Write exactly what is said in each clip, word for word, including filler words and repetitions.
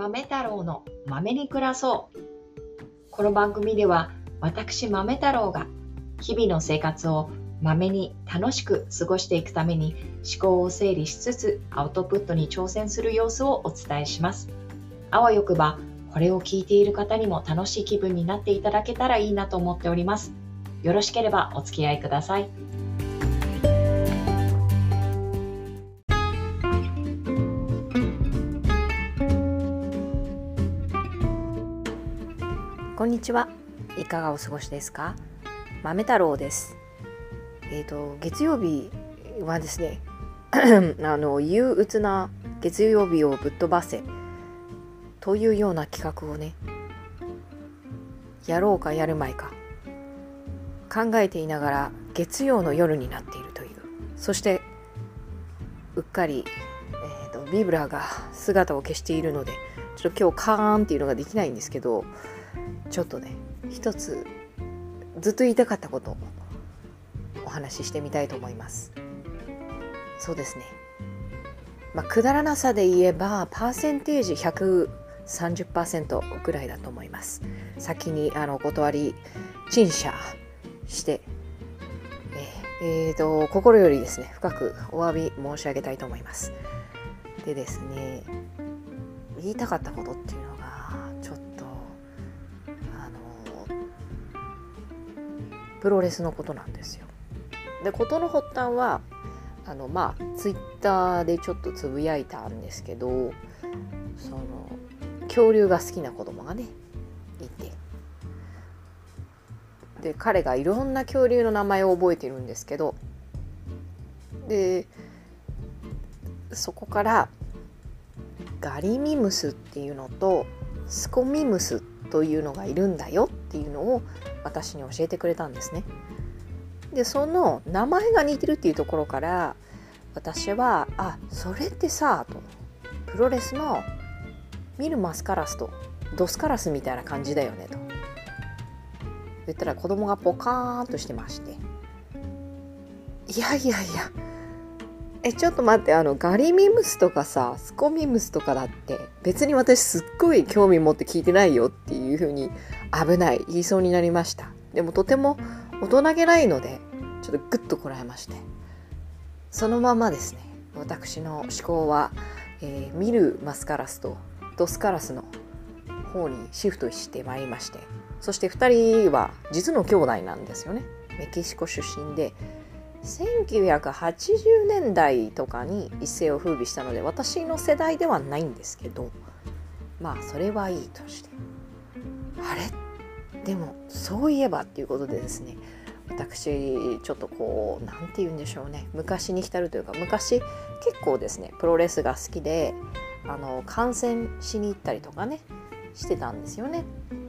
豆太郎の豆に暮らそう。この番組では私豆太郎が日々の生活を豆に楽しく過ごしていくために思考を整理しつつアウトプットに挑戦する様子をお伝えします。あわよくばこれを聞いている方にも楽しい気分になっていただけたらいいなと思っております。よろしければお付き合いください。 こんにちは。いかがお過ごしですか？豆太郎です。えっと月曜日はですねあの憂鬱な月曜日をぶっ飛ばせというような企画をねやろうかやるまいか考えていながら月曜の夜になっているという、そしてうっかり、えーと、ビブラが姿を消しているのでちょっと今日カーンっていうのができないんですけど、ちょっとね一つずっと言いたかったことをお話ししてみたいと思います。そうですね、まあ、くだらなさで言えばパーセンテージ ひゃくさんじゅっパーセント ぐらいだと思います。先にあのお断り陳謝してえー、えーと心よりですね深くお詫び申し上げたいと思います。でですね言いたかったことっていうのがちょっとあのプロレスのことなんですよ。で事の発端はあのまあツイッターでちょっとつぶやいたんですけど、その恐竜が好きな子供がねいて、で彼がいろんな恐竜の名前を覚えてるんですけど、でそこからガリミムスっていうのとスコミムスというのがいるんだよっていうのを私に教えてくれたんですね。でその名前が似てるっていうところから私はあそれってさとプロレスのミルマスカラスとドスカラスみたいな感じだよねと言ったら子供がポカーンとしてまして、いやいやいやえちょっと待って、あのガリミムスとかさスコミムスとかだって別に私すっごい興味持って聞いてないよっていう風に危ない言いそうになりました。でもとても大人げないのでちょっとグッとこらえまして、そのままですね私の思考は、えー、ミルマスカラスとドスカラスの方にシフトしてまいりまして、そしてふたりは実の兄弟なんですよね。メキシコ出身でせんきゅうひゃくはちじゅうねんだいとかに一世を風靡したので私の世代ではないんですけど、まあそれはいいとして、あれでもそういえばっていうことでですね、私ちょっとこうなんて言うんでしょうね、昔に浸るというか、昔結構ですねプロレスが好きであの観戦しに行ったりとかねしてたんですよね。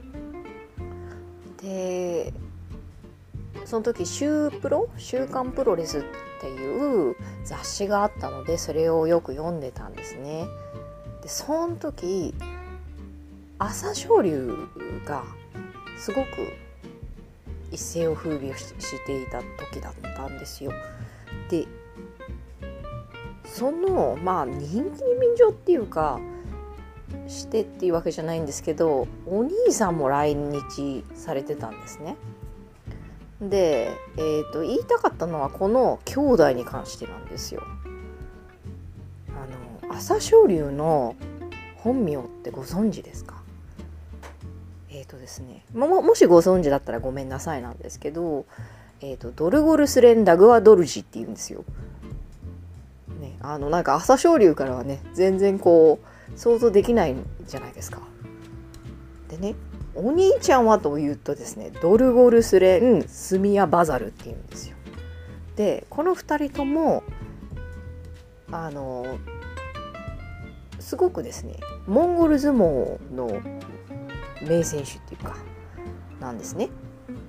でその時週プロ週刊プロレスっていう雑誌があったのでそれをよく読んでたんですね。でその時朝青龍がすごく一世を風靡していた時だったんですよ。でそのまあ人気に便乗っていうかしてっていうわけじゃないんですけど、お兄さんも来日されてたんですね。で、えーと、言いたかったのはこの兄弟に関してなんですよ。あの朝青龍の本名ってご存知ですか？えーとですね、も, もしご存知だったらごめんなさいなんですけど、えーと、ドルゴルスレン・ダグア・ドルジっていうんですよ、ね、あのなんか朝青龍からはね全然こう想像できないんじゃないですか。でねお兄ちゃんはというとですねドルゴルスレン・スミア・バザルっていうんですよ。でこのふたりともあのすごくですねモンゴル相撲の名選手っていうかなんですね。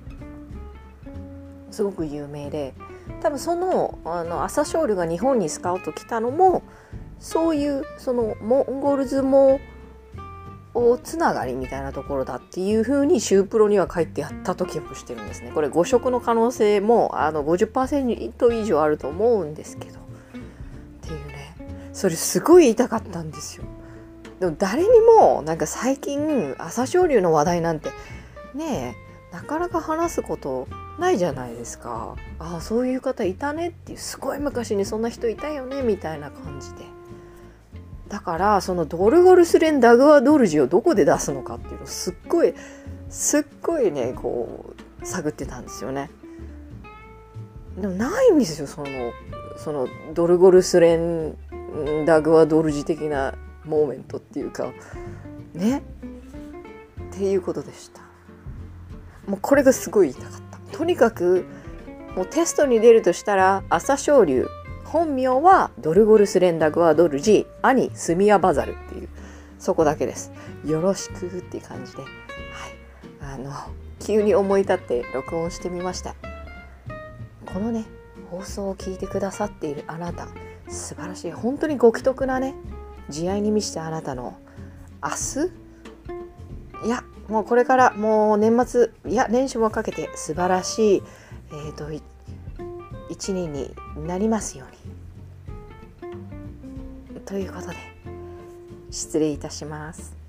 すごく有名で、多分その、あの朝青龍が日本にスカウト来たのもそういうそのモンゴル相撲をつながりみたいなところだっていう風にシュープロには書いてあったと記憶してるんですね。これ誤植の可能性もあの ごじゅっパーセント 以上あると思うんですけどっていうね、それすごい言いたかったんですよ。 でも誰にもなんか最近朝青龍の話題なんてねえなかなか話すことないじゃないですか。ああそういう方いたねっていう、すごい昔にそんな人いたよねみたいな感じで、だからそのドルゴルスレン・ダグワドルジをどこで出すのかっていうのをすっごいすっごいねこう探ってたんですよね。でもないんですよ、そのそのドルゴルスレン・ダグワドルジ的なモーメントっていうかねっていうことでした。もうこれがすごい言いたかった。とにかくもうテストに出るとしたら朝青龍、本名はドルゴルスレン・ダグワドルジ、兄スミア・バザルっていう、そこだけです。よろしくっていう感じで、はい、あの急に思い立って録音してみました。このね放送を聞いてくださっているあなた、素晴らしい、本当にご既得なね慈愛に満ちたあなたの明日、いやもうこれからもう年末、いや年始もかけて素晴らしい、えーと、一年になりますようにということで失礼いたします。